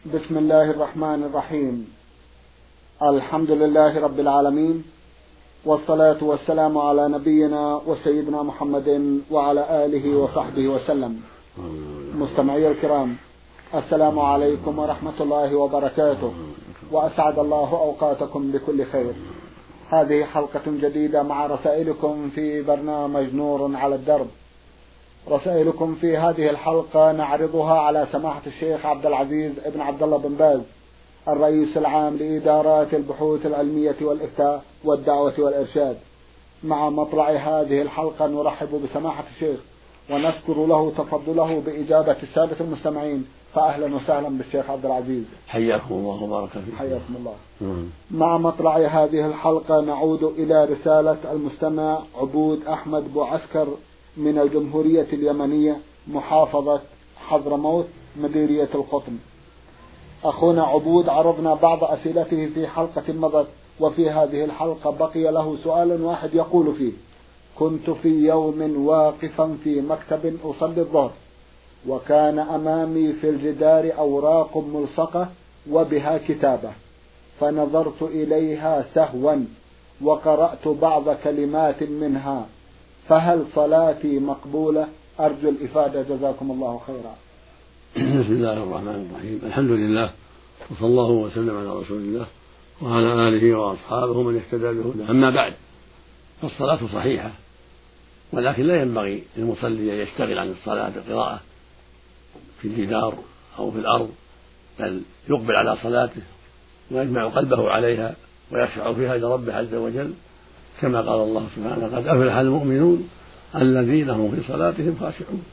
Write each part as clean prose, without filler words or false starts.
بسم الله الرحمن الرحيم. الحمد لله رب العالمين، والصلاة والسلام على نبينا وسيدنا محمد وعلى آله وصحبه وسلم. مستمعي الكرام، السلام عليكم ورحمة الله وبركاته، وأسعد الله أوقاتكم بكل خير. هذه حلقة جديدة مع رسائلكم في برنامج نور على الدرب. رسائلكم في هذه الحلقة نعرضها على سماحة الشيخ عبد العزيز ابن عبد الله بن باز، الرئيس العام لإدارات البحوث العلمية والإفتاء والدعوة والإرشاد. مع مطلع هذه الحلقة نرحب بسماحة الشيخ ونذكر له تفضله بإجابة السادة المستمعين، فأهلا وسهلا بالشيخ عبد العزيز. حياكم الله وبارك فيكم. حياكم الله. مع مطلع هذه الحلقة نعود إلى رسالة المستمع عبود أحمد بوعسكر من الجمهورية اليمنية، محافظة حضرموت، مديرية القطن. أخونا عبود عرضنا بعض أسئلته في حلقة مضت، وفي هذه الحلقة بقي له سؤال واحد يقول فيه: كنت في يوم واقفا في مكتب أصلي الظهر، وكان أمامي في الجدار أوراق ملصقة وبها كتابة، فنظرت إليها سهوا وقرأت بعض كلمات منها، فهل صلاتي مقبولة؟ أرجو الإفادة، جزاكم الله خيرا. بسم الله الرحمن الرحيم. الحمد لله، وصلى الله وسلم على رسول الله وعلى آله وأصحابه من اهتدى بهداه. أما بعد، فالصلاة صحيحة، ولكن لا ينبغي للمصلي أن يشتغل عن الصلاة بالقراءة في الجدار أو في الأرض، بل يقبل على صلاته ويجمع قلبه عليها ويخشع فيها لربه عز وجل، كما قال الله سبحانه: قد أفلح المؤمنون الذين هم في صلاتهم خاشعون.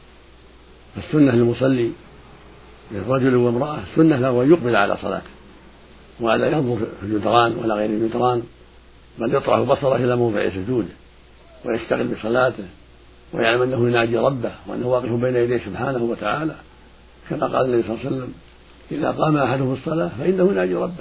فالسنة للمصلي للرجل وامرأة سنة له أن يقبل على صلاته، ولا ينظر في الجدران ولا غير الجدران، بل يطرح بصره إلى موضع سجوده ويشتغل بصلاته، ويعلم أنه يناجي ربه وأنه واقف بين يديه سبحانه وتعالى، كما قال النبي صلى الله عليه وسلم: إذا قام أحدهم في الصلاة فإنه يناجي ربه.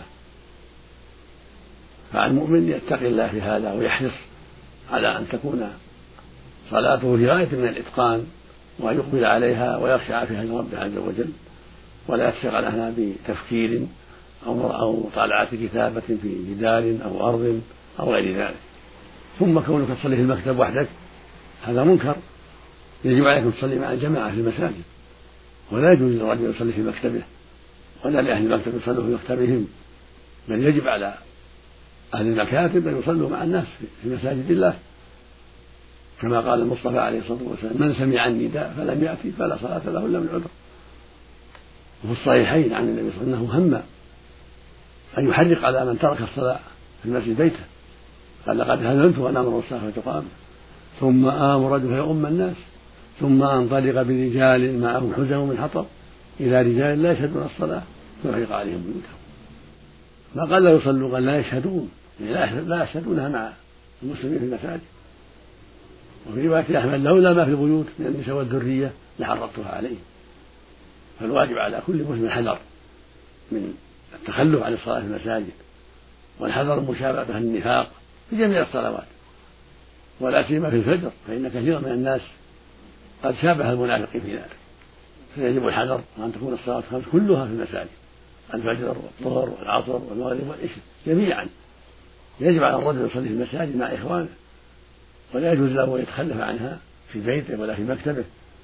فعلى المؤمن يتقي الله في هذا ويحرص على أن تكون صلاته في غاية من الإتقان، وأن يقبل عليها ويخشع فيها لربه عز وجل، ولا يشتغل عنها بتفكير أو مطالعة كتابة في جدار أو أرض أو غير ذلك. ثم كونك تصلي في المكتب وحدك هذا منكر، يجب عليك أن تصلي مع الجماعة في المساجد، ولا يجوز للرجل يصلي في مكتبه ولا لأهل المكتب يصلوا في مكتبهم، بل يجب على أهل المكاتب أن يصلوا مع الناس في مساجد الله، كما قال المصطفى عليه الصلاة والسلام: من سمع النداء فلم يأتي فلا صلاة له إلا من عذر. وفي الصحيحين عن النبي صلى الله عليه وسلم أنه هم أن يحرق على من ترك الصلاة في المسجد بيته، قال: لقد هممت أن آمر الصلاة فتقام، ثم آمر فيؤم الناس، ثم أنطلق برجال معهم حزم من حطب إلى رجال لا يشهدون الصلاة فيحرق عليهم بيوتهم. ما قال لا يصلوا، قال لا يشهدون، يعني لا يشهدونها مع المسلمين في المساجد. وفي رواية أحمد: لولا ما في البيوت من النساء والذرية لحرقتها عليه. فالواجب على كل مسلم الحذر من التخلف عن الصلاة في المساجد، والحذر من مشابهة النفاق في جميع الصلوات، ولا سيما في الفجر، فإن كثيرا من الناس قد شابه المنافقين في ذلك. فيجب الحذر وأن تكون الصلاة الخمس كلها في المساجد: الفجر والظهر والعصر والمغرب والعشاء جميعا. يجب على الرجل يصلي في المساجد مع إخوانه، ولا يجوز له أن يتخلف عنها في بيته ولا في مكتبه.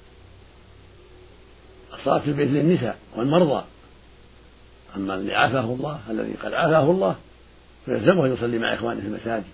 الصلاة في البيت للنساء والمرضى، أما الذي عافاه الله، الذي قد عافاه الله، فيلزمه أن يصلي مع إخوانه في المساجد.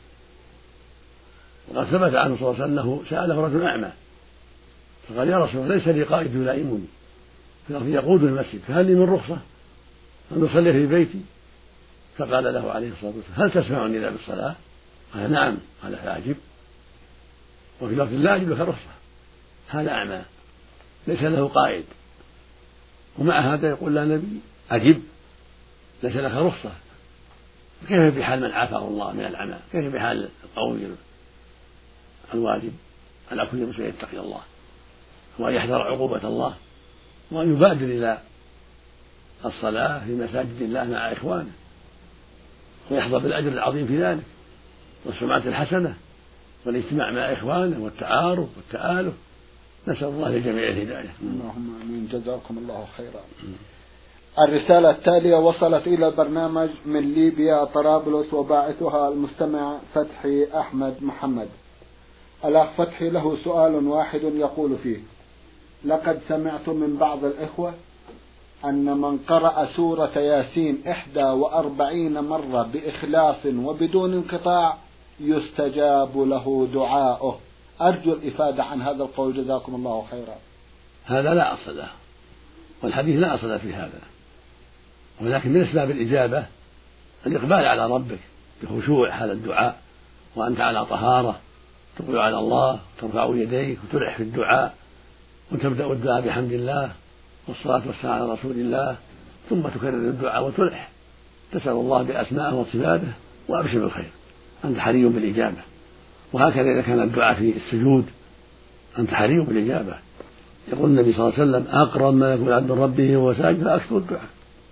وقد ثبت عنه صلى الله عليه وسلم أنه سأله رجل أعمى فقال: يا رسول الله، ليس لي قائد يلائمني يقود المسجد، فهل لي من رخصة أن أصلي في بيتي؟ فقال له عليه الصلاة والسلام: هل تسمعني إذا بالصلاة؟ قال: نعم. قال: فأجب. وفي لفظ: لا أجب لك رخصة. هذا أعمى ليس له قائد، ومع هذا يقول لا نبي أجب، ليس لك رخصة. كيف بحال من عافاه الله من العمى؟ كيف بحال القول الواجب على كل مسلم يتقي الله وأن يحذر عقوبة الله، وأن يبادر إلى الصلاة في مساجد الله مع إخوانه، ويحظى بالأجر العظيم في ذلك والسمعة الحسنة والاجتماع مع إخوانه والتعارف والتآلف. نسأل الله للجميع الهداية. اللهم آمين، جزاكم الله خيرا. الرسالة التالية وصلت إلى البرنامج من ليبيا طرابلس، وباعثها المستمع فتحي أحمد محمد. الأخ فتحي له سؤال واحد يقول فيه: لقد سمعت من بعض الإخوة أن من قرأ سورة ياسين 41 مرة بإخلاص وبدون انقطاع يستجاب له دعاؤه. أرجو الإفادة عن هذا القول، جزاكم الله خيرا. هذا لا أصل له، والحديث لا أصل في هذا، ولكن من أسباب الإجابة الإقبال على ربك بخشوع حال الدعاء، وأنت على طهارة تقبل على الله، ترفع يديك وتلح في الدعاء، وتبدأ الدعاء بحمد الله والصلاة والسلام على رسول الله، ثم تكرر الدعاء وتلح تسأل الله بأسمائه وصفاته وأبشر بالخير، أنت حري بالإجابة. وهكذا إذا كان الدعاء في السجود أنت حري بالإجابة. يقول النبي صلى الله عليه وسلم: أقرب ما يكون عبد ربه وهو ساجد فأكثر الدعاء.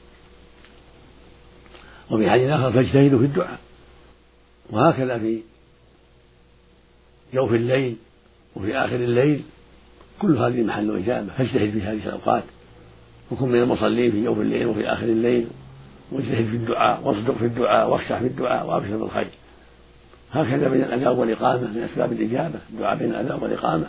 وفي حديث آخر: فاجتهدوا في الدعاء. وهكذا في جوف الليل وفي آخر الليل، كل هذه محل إجابة، فاجتهد في هذه الأوقات، وكن من المصلين في جوف الليل وفي آخر الليل، واجتهد في الدعاء واصدق في الدعاء واخشع في الدعاء وأبشر بالخير. هكذا بين الأذان والإقامة من أسباب الإجابة، الدعاء بين الأذان والإقامة.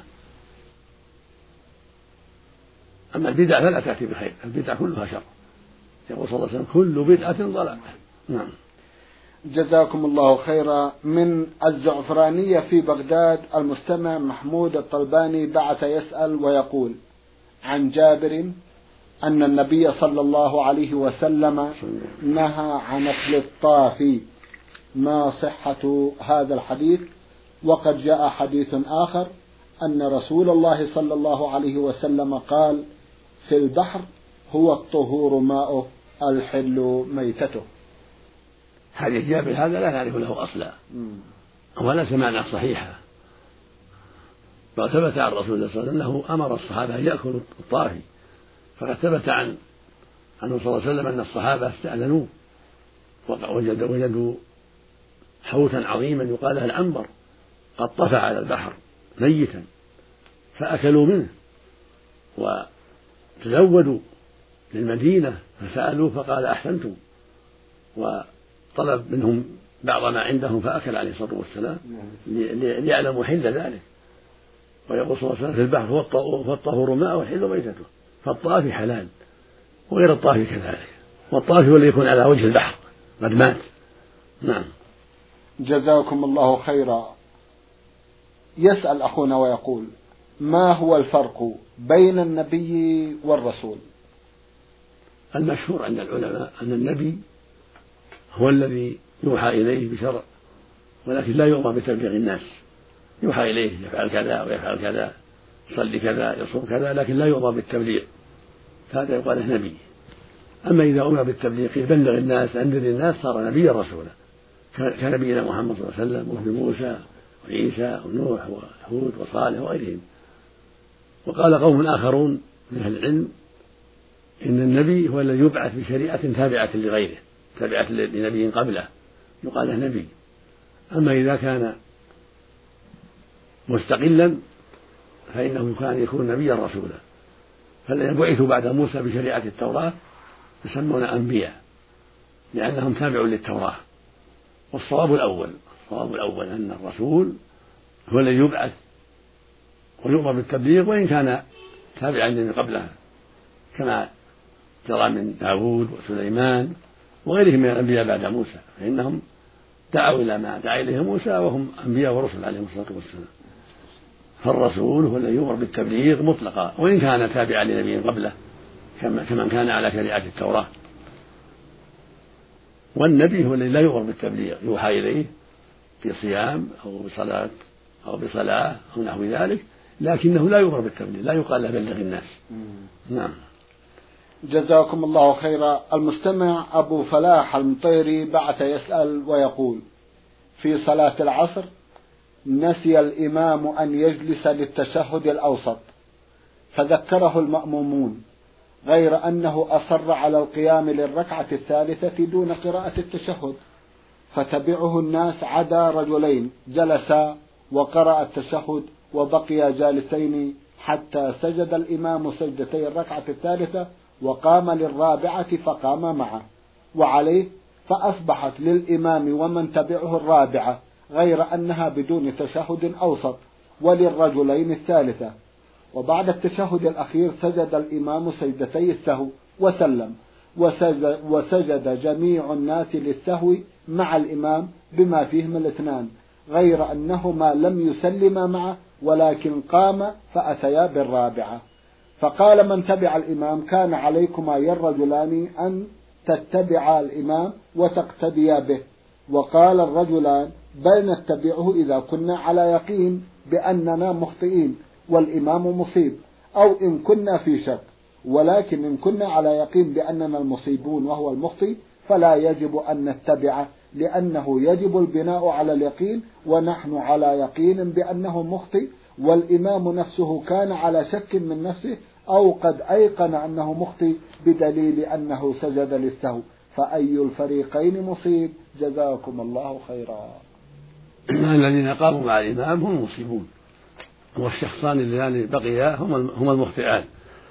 أما البدع فلا تأتي بخير، البدع كلها شر. يقول صلى الله عليه وسلم: كل بدعة ضلالة. نعم. جزاكم الله خيرا. من الزعفرانية في بغداد المستمع محمود الطلباني بعث يسأل ويقول: عن جابر أن النبي صلى الله عليه وسلم نهى عن أكل الطافي، ما صحة هذا الحديث؟ وقد جاء حديث آخر أن رسول الله صلى الله عليه وسلم قال: في البحر هو الطهور ماؤه الحل ميتته. حديث جابر هذا لا نعرف له أصلا ولا سمعنا صحيحة، بل ثبت عن رسول الله صلى الله عليه وسلم أنه أمر الصحابة أن يأكلوا الطافي، فقد ثبت عنه صلى الله عليه وسلم أن الصحابة استأذنوه وجدوا حوتا عظيما يقال له العنبر قد طفى على البحر ميتا، فأكلوا منه وتزودوا للمدينة، فسألوه فقال: أحسنتم، وطلب منهم بعض ما عندهم فأكل عليه الصلاة والسلام ليعلموا حل ذلك. ويقول صلى الله عليه وسلم: في البحر هو الطهور ماء والحل ميتته، فالطافي حلال وغير الطافي كذلك، والطافي هو الذي يكون على وجه البحر قد مات. نعم. جزاكم الله خيرا. يسأل أخونا ويقول: ما هو الفرق بين النبي والرسول؟ المشهور عند العلماء أن النبي هو الذي يوحى إليه بشرع، ولكن لا يؤمر بتبليغ الناس، يوحى إليه يفعل كذا ويفعل كذا، يصلي كذا يصوم كذا، لكن لا يؤمر بالتبليغ، فهذا يقال له نبي. أما إذا أمر بالتبليغ يبلغ الناس أنذر الناس صار نبيا رسولا، كنبينا محمد صلى الله عليه وسلم وابن موسى وعيسى ونوح وهود وصالح وغيرهم. وقال قوم آخرون من أهل العلم إن النبي هو الذي يبعث بشريعة تابعة لغيره، تابعة لنبي قبله، يقال له نبي. أما إذا كان مستقلا فإنه كان يكون نبيا رسولا، فالذين بعثوا بعد موسى بشريعة التوراة يسمون أنبياء لأنهم تابع للتوراة. والصواب الأول أن الرسول هو الذي يبعث ويؤمر بالتبليغ وإن كان تابعا لمن قبله، كما جرى من داود وسليمان وغيرهم من الأنبياء بعد موسى، فإنهم دعوا إلى ما دعا إليه موسى وهم أنبياء ورسل عليهم الصلاة والسلام. فالرسول هو الذي يؤمر بالتبليغ مطلقا وإن كان تابعا لنبي قبله كمن كان على شريعة التوراة. والنبي هو الذي لا يؤمر بالتبليغ، يوحى إليه في صيام أو بصلاة أو بصلاة أو نحو ذلك، لكنه لا يؤمر بالتبليغ، لا يقال له بلغ الناس. نعم. جزاكم الله خيرا. المستمع أبو فلاح المطيري بعث يسأل ويقول: في صلاة العصر نسي الإمام أن يجلس للتشهد الأوسط، فذكره المأمومون، غير أنه أصر على القيام للركعة الثالثة دون قراءة التشهد، فتبعه الناس عدا رجلين جلسا وقرأ التشهد وبقيا جالسين حتى سجد الإمام سجدتي الركعة الثالثة وقام للرابعة فقام معه، وعليه فأصبحت للإمام ومن تبعه الرابعة، غير أنها بدون تشهد أوسط، وللرجلين الثالثة. وبعد التشهد الأخير سجد الإمام سجدتي السهو وسلم، وسجد جميع الناس للسهو مع الإمام بما فيهم الاثنان، غير أنهما لم يسلما معه ولكن قام فأتيا بالرابعة. فقال من تبع الإمام: كان عليكما يا الرجلان أن تتبعا الإمام وتقتديا به. وقال الرجلان: بل نتبعه إذا كنا على يقين بأننا مخطئين والإمام مصيب، أو إن كنا في شك، ولكن إن كنا على يقين بأننا المصيبون وهو المخطئ فلا يجب أن نتبعه، لأنه يجب البناء على اليقين، ونحن على يقين بأنه مخطئ، والإمام نفسه كان على شك من نفسه أو قد أيقن أنه مخطئ بدليل أنه سجد للسهو، فأي الفريقين مصيب؟ جزاكم الله خيرا. الذين قاموا مع الإمام هم المصيبون، والشخصان اللذان بقيا هما المخطئان.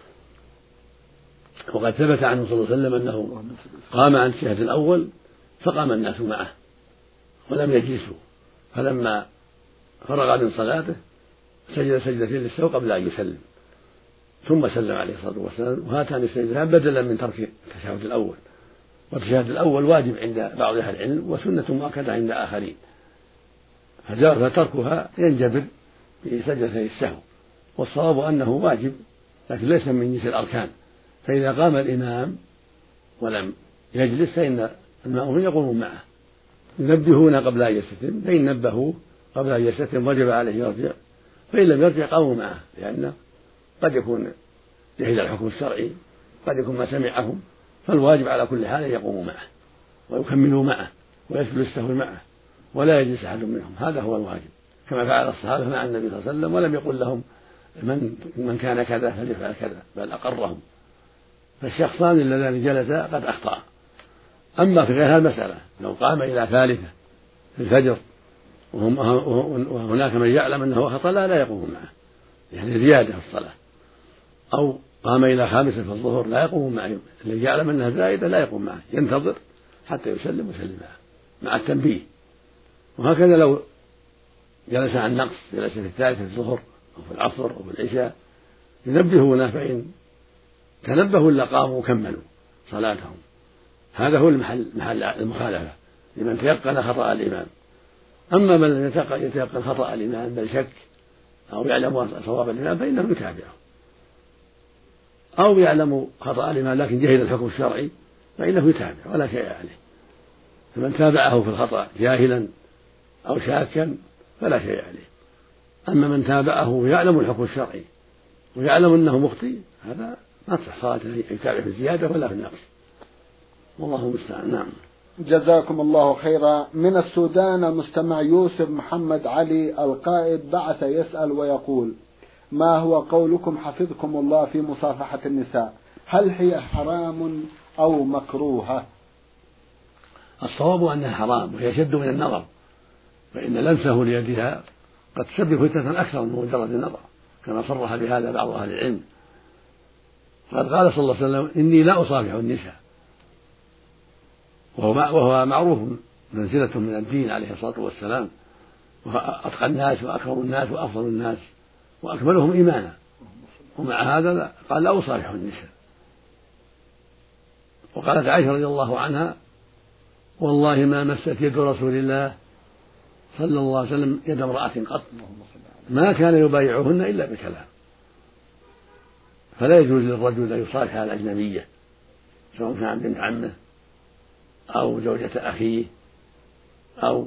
وقد ثبت عنه صلى الله عليه وسلم أنه قام عن التشهد الأول فقام الناس معه ولم يجلسوا، فلما فرغ من صلاته سجد سجدتين للسهو قبل أن يسلم، ثم سلم عليه الصلاة والسلام. وهاتان السجدتان بدلا من ترك التشهد الأول، والتشهد الأول واجب عند بعض أهل العلم وسنة مؤكدة عند آخرين، فتركها ينجبر بسجدتي السهو، والصواب أنه واجب لكن ليس من جنس الأركان. فإذا قام الإمام ولم يجلس فإن المأمومين يقومون معه، ينبهون قبل أن يستتم، فإن نبهوه قبل أن يستتم وجب عليه يرجع، فإن لم يرجع قاموا معه، لأن قد يكون جهل الحكم الشرعي، قد يكون ما سمعهم، فالواجب على كل حال يقوموا معه ويكملوا معه ويسجد السهو معه ولا يجلس أحد منهم، هذا هو الواجب، كما فعل الصحابة مع النبي صلى الله عليه وسلم، ولم يقل لهم من كان كذا فليفعل كذا، بل أقرهم. فالشخصان اللذان جلسا قد أخطأ. أما في غير المسألة لو قام إلى ثالثة في الفجر وهناك من يعلم أنه خطأ لا يقوم معه، يعني زيادة في الصلاة، أو قام إلى خامسة في الظهر لا يقوم معه، الذي يعلم أنها زائدة لا يقوم معه، ينتظر حتى يسلم معه مع التنبيه. وهكذا لو جلس عن نقص، جلس في الثالثة في الظهر أو في العصر أو في العشاء ينبهونه، فإن تنبهوا إلا قاموا وكملوا صلاتهم. هذا هو محل المخالفة لمن تيقن خطأ الإمام. أما من لم يتيقن خطأ الإمام بل شك أو يعلم صواب الإمام فإنه يتابعه، أو يعلم خطأ الإمام لكن جهل الحكم الشرعي فإنه يتابع ولا شيء عليه. فمن تابعه في الخطأ جاهلا أو شاكا فلا شيء عليه. أما من تابعه ويعلم الحكم الشرعي ويعلم أنه مخطئ هذا ما تصح صلاته، يتابع في الزيادة ولا في النقص، والله المستعان. نعم. جزاكم الله خيرا. من السودان المستمع يوسف محمد علي القائد بعث يسأل ويقول: ما هو قولكم حفظكم الله في مصافحة النساء؟ هل هي حرام أو مكروهة؟ الصواب أنها حرام، وهي أشد من النظر، فإن لمسه ليدها قد تسبب فتنة أكثر من مجرد النظر، كما صرح بهذا بعض أهل العلم. وقد قال صلى الله عليه وسلم: إني لا أصافح النساء، وهو معروف منزلة من الدين عليه الصلاة والسلام، وهو أتقى الناس وأكرم الناس وأفضل الناس وأكملهم إيمانا، ومع هذا قال: لا أصافح النساء. وقالت عائشة رضي الله عنها: والله ما مست يد رسول الله صلى الله عليه وسلم يد امرأة قط، ما كان يبايعهن إلا بكلام. فلا يجوز للرجل أن يصافح الأجنبية سواء كان بنت عمه أو زوجة أخيه أو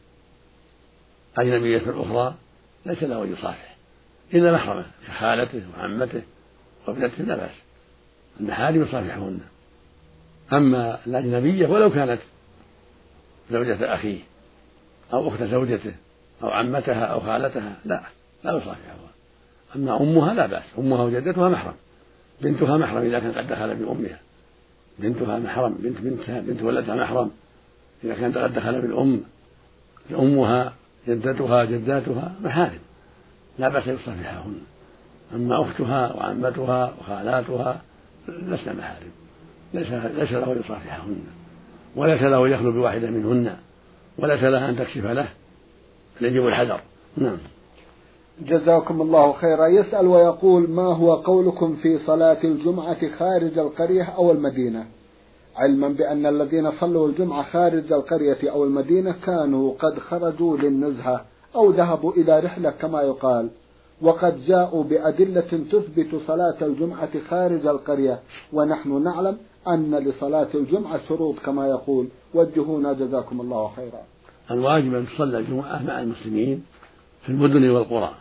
أجنبية أخرى، ليس له أن يصافح إلا محرمه كخالته وعمته وابنته، لا بأس، المحارم يصافحهن. أما الأجنبية ولو كانت زوجة أخيه أو أخت زوجته أو عمتها أو خالتها لا يصافحها. أما أمها لا بأس، أمها وجدتها محرم، بنتها محرم إذا كان قد دخل بأمها، بنتها محرم، بنت ولدها محرم إذا كانت قد دخل بالأم، أمها جدتها جداتها محارم لا بأس يصافحهن. أما أختها وعمتها وخالاتها لسنا محارم، ليس له يصافحهن، وليس له يخلو بواحدة منهن، وليس لها أن تكشف له، يجب الحذر. نعم. جزاكم الله خيرا. يسأل ويقول: ما هو قولكم في صلاة الجمعة خارج القرية أو المدينة، علما بأن الذين صلوا الجمعة خارج القرية أو المدينة كانوا قد خرجوا للنزهة أو ذهبوا إلى رحلة كما يقال، وقد جاءوا بأدلة تثبت صلاة الجمعة خارج القرية، ونحن نعلم أن لصلاة الجمعة شروط كما يقول. وجهونا جزاكم الله خيرا. الواجب أن تصلى الجمعة مع المسلمين في المدن والقرى،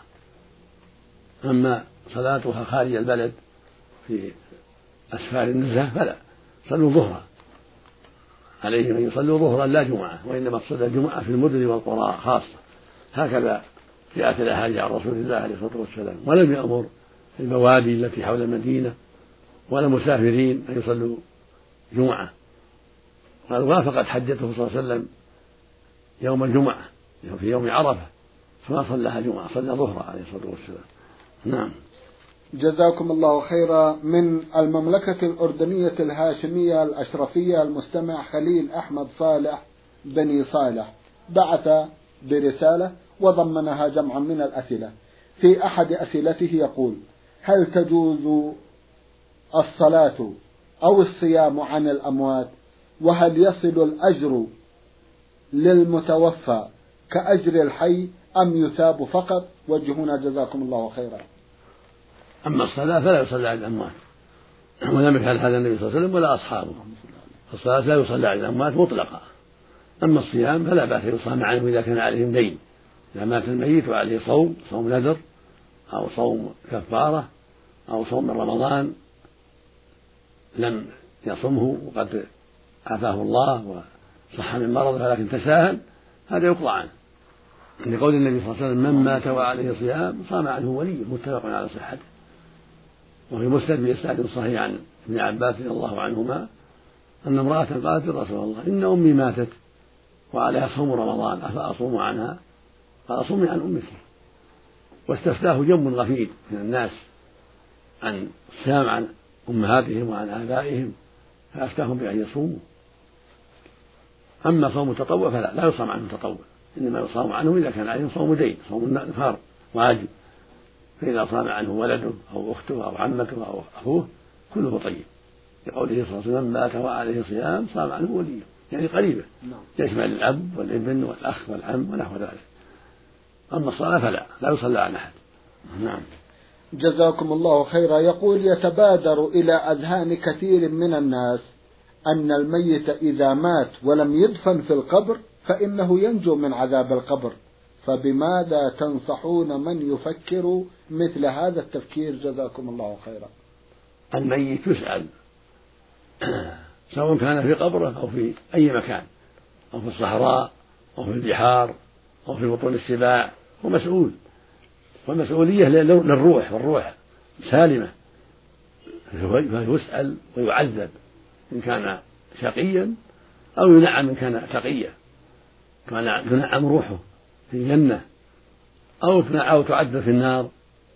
أما صلاتها خارج البلد في أسفار النزهة فلا، صلوا ظهرا، عليهم أن يصلوا ظهرا لا جمعة، وإنما تصلى الجمعة في المدن والقرى خاصة. هكذا جاءت الأحاديث عن رسول الله عليه الصلاة والسلام، ولم يأمر البوادي التي حول المدينة ولا المسافرين أن يصلوا جمعة. قال: وافقت حجته صلى الله عليه وسلم يوم الجمعة في يوم عرفة فما صلىها جمعة، صلى ظهرا عليه الصلاة والسلام. نعم. جزاكم الله خيرا. من المملكة الأردنية الهاشمية الأشرفية المستمع خليل أحمد صالح بني صالح بعث برسالة وضمنها جمعا من الأسئلة. في أحد أسئلته يقول: هل تجوز الصلاة أو الصيام عن الأموات؟ وهل يصل الأجر للمتوفى كأجر الحي أم يثاب فقط؟ وجهونا جزاكم الله خيرا. أما الصلاة فلا يصلى على الأموات، ولم يفعل هذا النبي صلى الله عليه وسلم ولا أصحابه. الصلاة لا يصلى على الأموات مطلقا. أما الصيام فلا بأس يصام عنه إذا كان عليهم دين، إذا مات الميت وعليه صوم نذر أو صوم كفارة أو صوم من رمضان لم يصمه وقد عافاه الله وصح من مرضه ولكن تساهل، هذا يقضى عنه، لقول النبي صلى الله عليه وسلم: من مات وعليه صيام صام عنه وليه، متفق على صحته. وفي مسند بإسناد صحيح عن ابن عباس رضي الله عنهما أن امرأة قالت: يا رسول الله، إن أمي ماتت وعليها صوم رمضان أفأصوم عنها؟ قال: صومي عن أمك. واستفتاه جم غفير من الناس عن الصيام عن أمهاتهم وعن آبائهم، فأفتاهم بأن يصوموا. أما صوم التطوع فلا، لا يصام عنه التطوع، إنما يصام عنه إذا كان عليهم صوم دين، صوم نفار واجب. فإذا صام عنه ولده أو أخته أو عمته أو أخوه كله طيب، لقوله صلى الله عليه وسلم: من مات وعليه صيام صام عنه وليه، يعني قريبه، يشمل الأب والابن والأخ والعم ونحو ذلك. أما الصلاة فلا، لا يصلى عن أحد. نعم. جزاكم الله خيرا. يقول: يتبادر إلى أذهان كثير من الناس أن الميت إذا مات ولم يدفن في القبر فإنه ينجو من عذاب القبر، فبماذا تنصحون من يفكر مثل هذا التفكير؟ جزاكم الله خيرا. الميت يسأل سواء كان في قبره أو في أي مكان، أو في الصحراء أو في البحار أو في بطون السباع، هو مسؤول، والمسؤولية للروح، والروح سالمة، فيسأل ويعذب إن كان شقيا أو ينعم إن كان تقيا، كان تنعم روحه في الجنة أو تعذب في النار.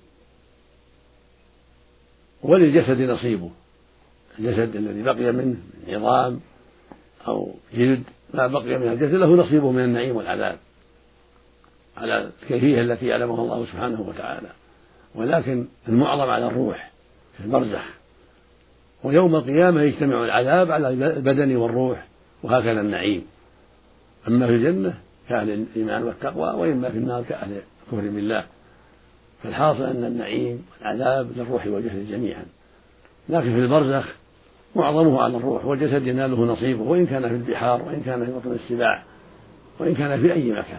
وللجسد نصيبه، الجسد الذي بقي منه من عظام أو جلد، ما بقي من الجسد له نصيبه من النعيم والعذاب على الكيفية التي يعلمها الله سبحانه وتعالى، ولكن المعظم على الروح في البرزخ. ويوم القيامة يجتمع العذاب على البدن والروح، وهكذا النعيم، أما في الجنة كأهل الإيمان والتقوى، وإما في النار كأهل الكفر بالله. فالحاصل أن النعيم والعذاب للروح والجسد جميعا، لكن في البرزخ معظمه على الروح، والجسد يناله نصيبه، وإن كان في البحار وإن كان في بطن السباع وإن كان في أي مكان،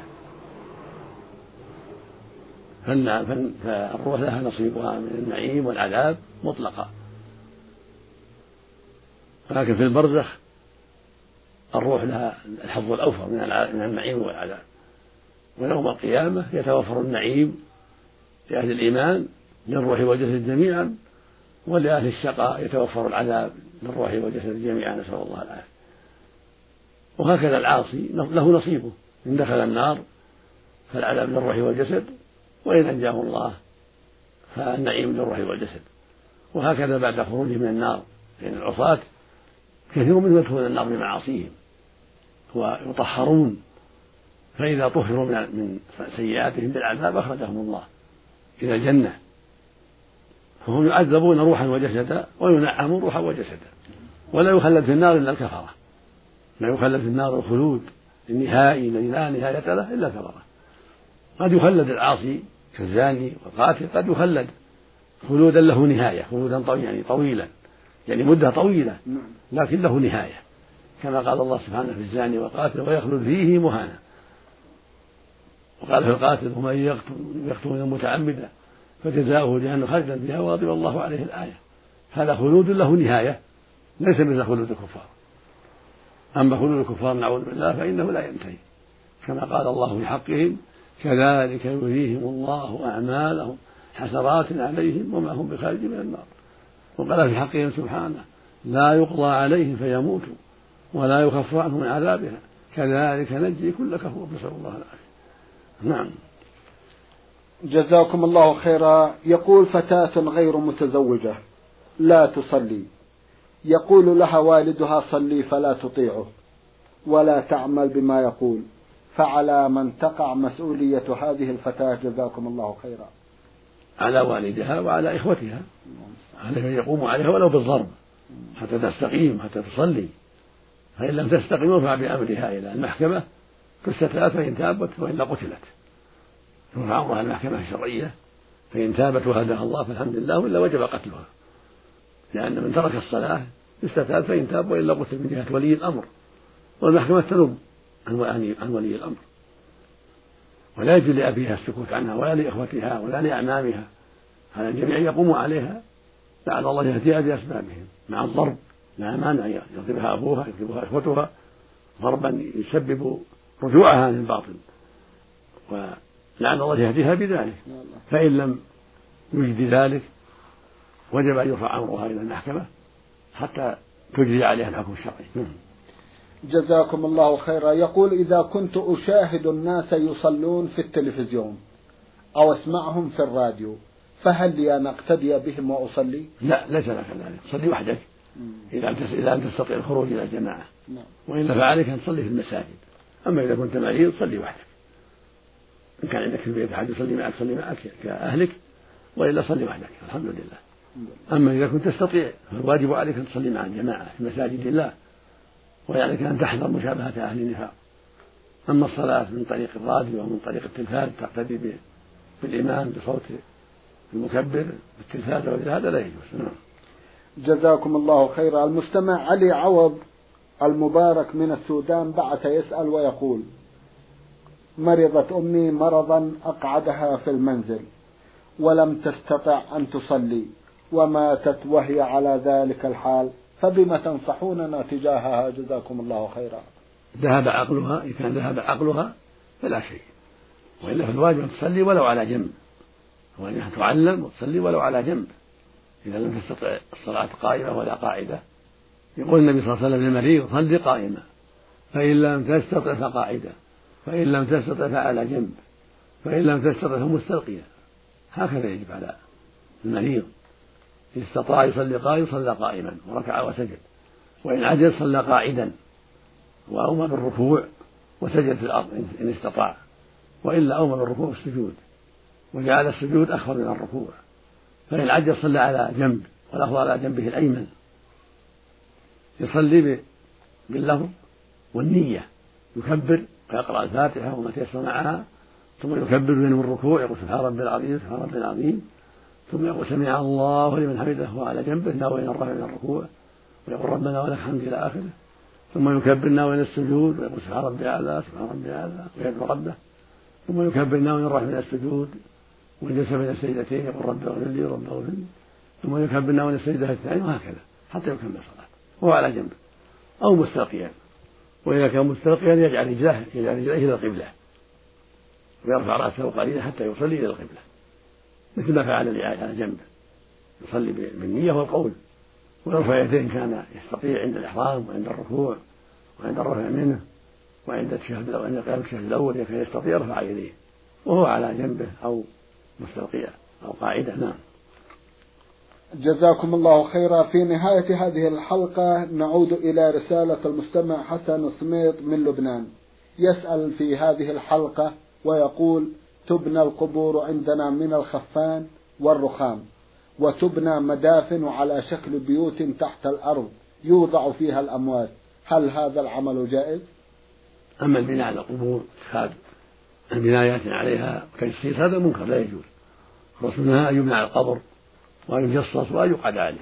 فالروح لها نصيبها من النعيم والعذاب مطلقا. ولكن في البرزخ الروح لها الحظ الأوفر من النعيم والعذاب. ويوم القيامة يتوفر النعيم لأهل الإيمان للروح والجسد جميعا، ولأهل الشقاء يتوفر العذاب للروح والجسد جميعا، نسأل الله العافية. وهكذا العاصي له نصيبه، إن دخل النار فالعذاب للروح والجسد، وإن أنجاه الله فالنعيم للروح والجسد. وهكذا بعد خروجه من النار لأن العصاة كثير منهم يدخلون النار بمعاصيهم ويطهرون، فإذا طهروا من سيئاتهم بالعذاب أخرجهم الله إلى الجنة، فهم يعذبون روحا وجسدا وينعمون روحا وجسدا، ولا يخلد في النار إلا الكفرة، لا يخلد في النار الخلود النهائي الذي لا نهاية له إلا الكفرة. قد يخلد العاصي كالزاني والقاتل، قد يخلد خلودا له نهاية، خلودا طويلا يعني مدة طويلة، لكن له نهاية، كما قال الله سبحانه في الزاني والقاتل ويخلد فيه مهانا، وقال في القاتل ومن يقتل متعمدا فجزاؤه جهنم خالدا فيها وغضب الله عليه الآية. هذا خلود له نهاية ليس مثل خلود الكفار. أما خلود الكفار نعوذ بالله فإنه لا ينتهي، كما قال الله في حقهم كذلك يريهم الله أعمالهم حسرات عليهم وما هم بخارج من النار. وقال في حقهم سبحانه لا يقضى عليهم فيموتوا ولا يخفف عنهم من عذابها كذلك نجزي كل كفور، نسأل الله العافية. نعم. جزاكم الله خيرا. يقول فتاة غير متزوجة لا تصلي، يقول لها والدها صلي فلا تطيعه ولا تعمل بما يقول، فعلى من تقع مسؤولية هذه الفتاة جزاكم الله خيرا؟ على والدها وعلى إخوتها، عليهم يقوموا عليها ولو بالضرب حتى تستقيم حتى تصلي، فإن لم تستقيم يرفع بأمرها إلى المحكمة تستتاب فإن تابت وإلا قتلت، يرفع أمرها المحكمة الشرعية، فإن تابت وهداها الله فالحمد لله، وإلا وجب قتلها، لأن من ترك الصلاة يستتاب فإن تاب وإلا قتل من جهة ولي الأمر، والمحكمة تنوب عن ولي الأمر، ولا يجوز لأبيها السكوت عنها ولا لإخوتها ولا لأعمامها، على الجميع يقوموا عليها لعل الله يهديها بأسبابهم مع الضرب، لا مانع يضربها أبوها يضربها إخوتها ضربا يسبب رجوعها عن الباطل، ولعل الله يهديها بذلك. فإن لم يجد ذلك وجب أن يرفع أمرها إلى المحكمة حتى تجري عليها الحكم الشرعي. جزاكم الله خيرا. يقول إذا كنت أشاهد الناس يصلون في التلفزيون أو أسمعهم في الراديو فهل لي أن أقتدي بهم وأصلي؟ لا، ليس لك ذلك، صلي وحدك إذا لم تستطيع الخروج إلى الجماعة، وإلا فعليك أن تصلي في المساجد. أما إذا كنت مريض صلي وحدك، إن كان عندك في البيت أحد يصلي معك صلي معك كأهلك، وإلا صلي وحدك الحمد لله. أما إذا كنت تستطيع فالواجب عليك أن تصلي مع الجماعة في مساجد الله، ويعني أن تحذر مشابهة أهل النفاق. أما الصلاة من طريق الراديو ومن طريق التلفاز تقتدي بالإمام بصوت المكبر بالتلفاز وهذا لا يجوز. جزاكم الله خيرا. المستمع علي عوض المبارك من السودان بعث يسأل ويقول مرضت أمي مرضا أقعدها في المنزل ولم تستطع أن تصلي وماتت وهي على ذلك الحال، فبما تنصحوننا تجاهها جزاكم الله خيرا؟ ذهب عقلها، إذا كان ذهب عقلها فلا شيء، وإلا فالواجب أن تصلي ولو على جنب، وأنها تعلم وتصلي ولو على جنب إذا لم تستطع الصلاة قائمة ولا قاعدة. يقول النبي صلى الله عليه وسلم للمريض صل قائمة، فإن لم تستطع فقاعدة، فإن لم تستطع فعلى جنب، فإن لم تستطع فمستلقيا. هكذا يجب على المريض، إن استطاع يصلي قائما صلى قائما وركع وسجد، وإن عجز صلى قاعدا وأومى بالركوع وسجد في الأرض إن استطاع، وإلا أومى بالركوع والسجود وجعل السجود أخفض من الركوع، فإن عجز صلى على جنب والأخذ على جنبه الأيمن، يصلي باللفظ والنية، يكبر ويقرأ الفاتحة وما تيسر معها، ثم يكبر من الركوع يقول سبحان ربي العظيم سبحان ربي العظيم، ثم يقول سمع الله لمن حمده وهو على جنبه ناويا الرفع من الركوع ويقول ربنا ولك الحمد إلى آخره، ثم يكبر ناويا السجود ويقول سبحان ربي أعلى سبحان ربي أعلى ويدعو ربه، ثم يكبر ناويا الرفع من السجود وجلس بين السجدتين يقول رب اغفر لي رب اغفر لي، ثم يكبر ناويا السجدة الثانية، وهكذا حتى يكمل صلاته وهو على جنب أو مستلقيا. وإذا كان مستلقيا يجعل رجليه إلى القبلة ويرفع رأسه قليلا حتى يصلي إلى القبلة، مثل ما فعل على جنب، يصلي بالنية والقول، ويرفع يديه إن كان يستطيع عند الإحرام وعند الركوع وعند الرفع منه وعند التشهد الأول إذا كان يستطيع رفع يديه وهو على جنبه أو مستلقيا أو قاعدة. نعم. جزاكم الله خيرا. في نهاية هذه الحلقة نعود إلى رسالة المستمع حسن الصميط من لبنان، يسأل في هذه الحلقة ويقول: تبنى القبور عندنا من الخفان والرخام، وتبنى مدافن على شكل بيوت تحت الأرض يوضع فيها الأموات، هل هذا العمل جائز؟ أما البناء على القبور اتخاذ البنايات عليها كالشيء هذا منكر لا يجوز. رسولنا أن يبنى على القبر وأن يجصص وأن يقعد عليه،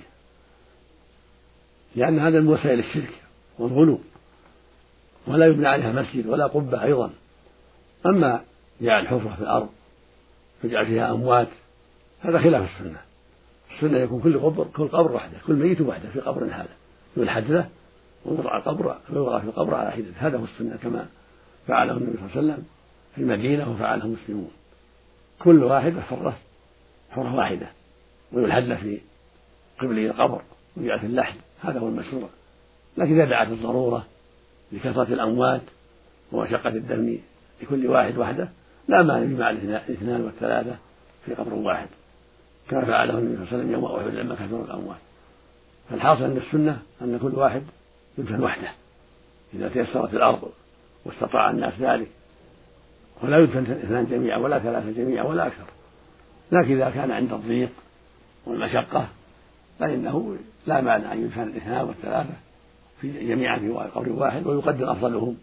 لأن هذا من وسائل الشرك والغلو، ولا يبنى عليها مسجد ولا قبة أيضا. أما جعل حفرة في الأرض يجعل فيها أموات هذا خلاف السنة. السنة يكون كل قبر وحده، كل ميت وحده في قبر هذا يلحد له ويوضع في القبر على حدة، هذا هو السنة كما فعله النبي صلى الله عليه وسلم في المدينة وفعله المسلمون. كل واحد حفرة واحدة ويلحد له في قبل القبر ويجعل في اللحد، هذا هو المشروع. لكن إذا دعت الضرورة لكثرة الأموات ومشقة الدفن لكل واحد وحده لا مانع يجمع الاثنان والثلاثة في قبر واحد كما فعله النبي صلى الله عليه وسلم يوم أحد لما كثروا الأموات. فالحاصل أن السنة أن كل واحد يدفن وحده إذا تيسرت الأرض واستطاع الناس ذلك، ولا يدفن اثنان جميعا ولا ثلاثة جميعا ولا أكثر. لكن إذا كان عند الضيق والمشقة فإنه لا مانع أن يدفن الاثنان والثلاثة جميعا في قبر واحد، ويقدم أفضلهم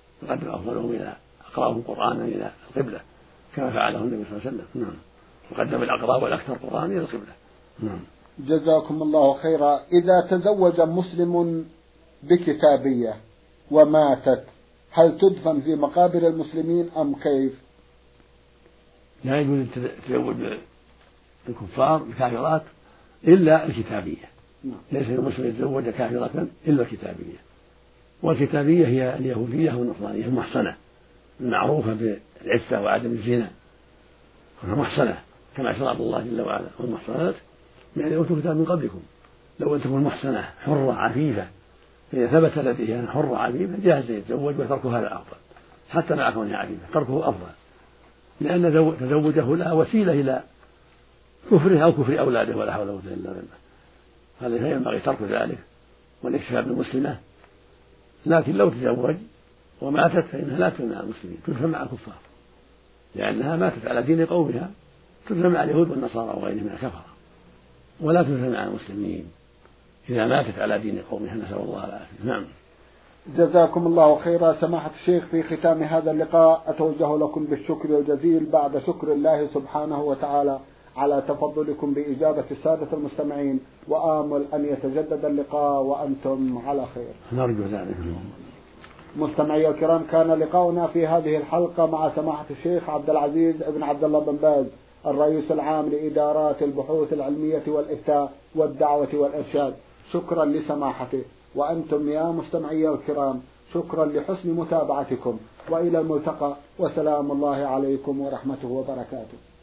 إلى أقرأهم قرآنا إلى القبلة كما فعله النبي صلى الله عليه وسلم. نعم، وقدم الأقرب والأكثر قرآن إلى القبلة. نعم. جزاكم الله خيرا. إذا تزوج مسلم بكتابية وماتت هل تدفن في مقابر المسلمين أم كيف؟ لا يجوز التزوج بالكفار بكافرات إلا الكتابية. ليس المسلم يتزوج كافرة إلا الكتابية، والكتابية هي اليهودية والنصرانية المحصنة المعروفة بالعفة وعدم الزنا، محصنة كما شرع الله جل وعلا: والمحصنات من أوتوا الكتاب من قبلكم. لو أن تكون محصنة حرة عفيفة، فإذا ثبت لديها حرة عفيفة جاهز يتزوج، وتركها هذا أفضل حتى مع كونها عفيفة، تركه أفضل، لأن تزوجه لها وسيلة إلى كفره أو كفر أولاده ولا حول ولا قوة إلا بالله. هذا ينبغي ترك ذلك والاكتفاء بالمسلمة. لكن لو تزوج وماتت فإنها لا تدفن مع المسلمين، تدفن مع الكفار، لأنها ماتت على دين قومها، تدفن مع اليهود والنصارى وغيرهم من الكفرة، ولا تدفن مع المسلمين إذا ماتت على دين قومها، نسأل الله العافية. نعم. جزاكم الله خيرا. سماحة الشيخ، في ختام هذا اللقاء أتوجه لكم بالشكر الجزيل بعد شكر الله سبحانه وتعالى على تفضلكم بإجابة السادة المستمعين، وآمل أن يتجدد اللقاء وأنتم على خير. نرجو ذلك. مستمعي الكرام، كان لقاؤنا في هذه الحلقة مع سماحة الشيخ عبد العزيز بن عبد الله بن باز، الرئيس العام لإدارات البحوث العلمية والإفتاء والدعوة والإرشاد. شكرا لسماحته، وأنتم يا مستمعي الكرام شكرا لحسن متابعتكم، وإلى الملتقى، وسلام الله عليكم ورحمته وبركاته.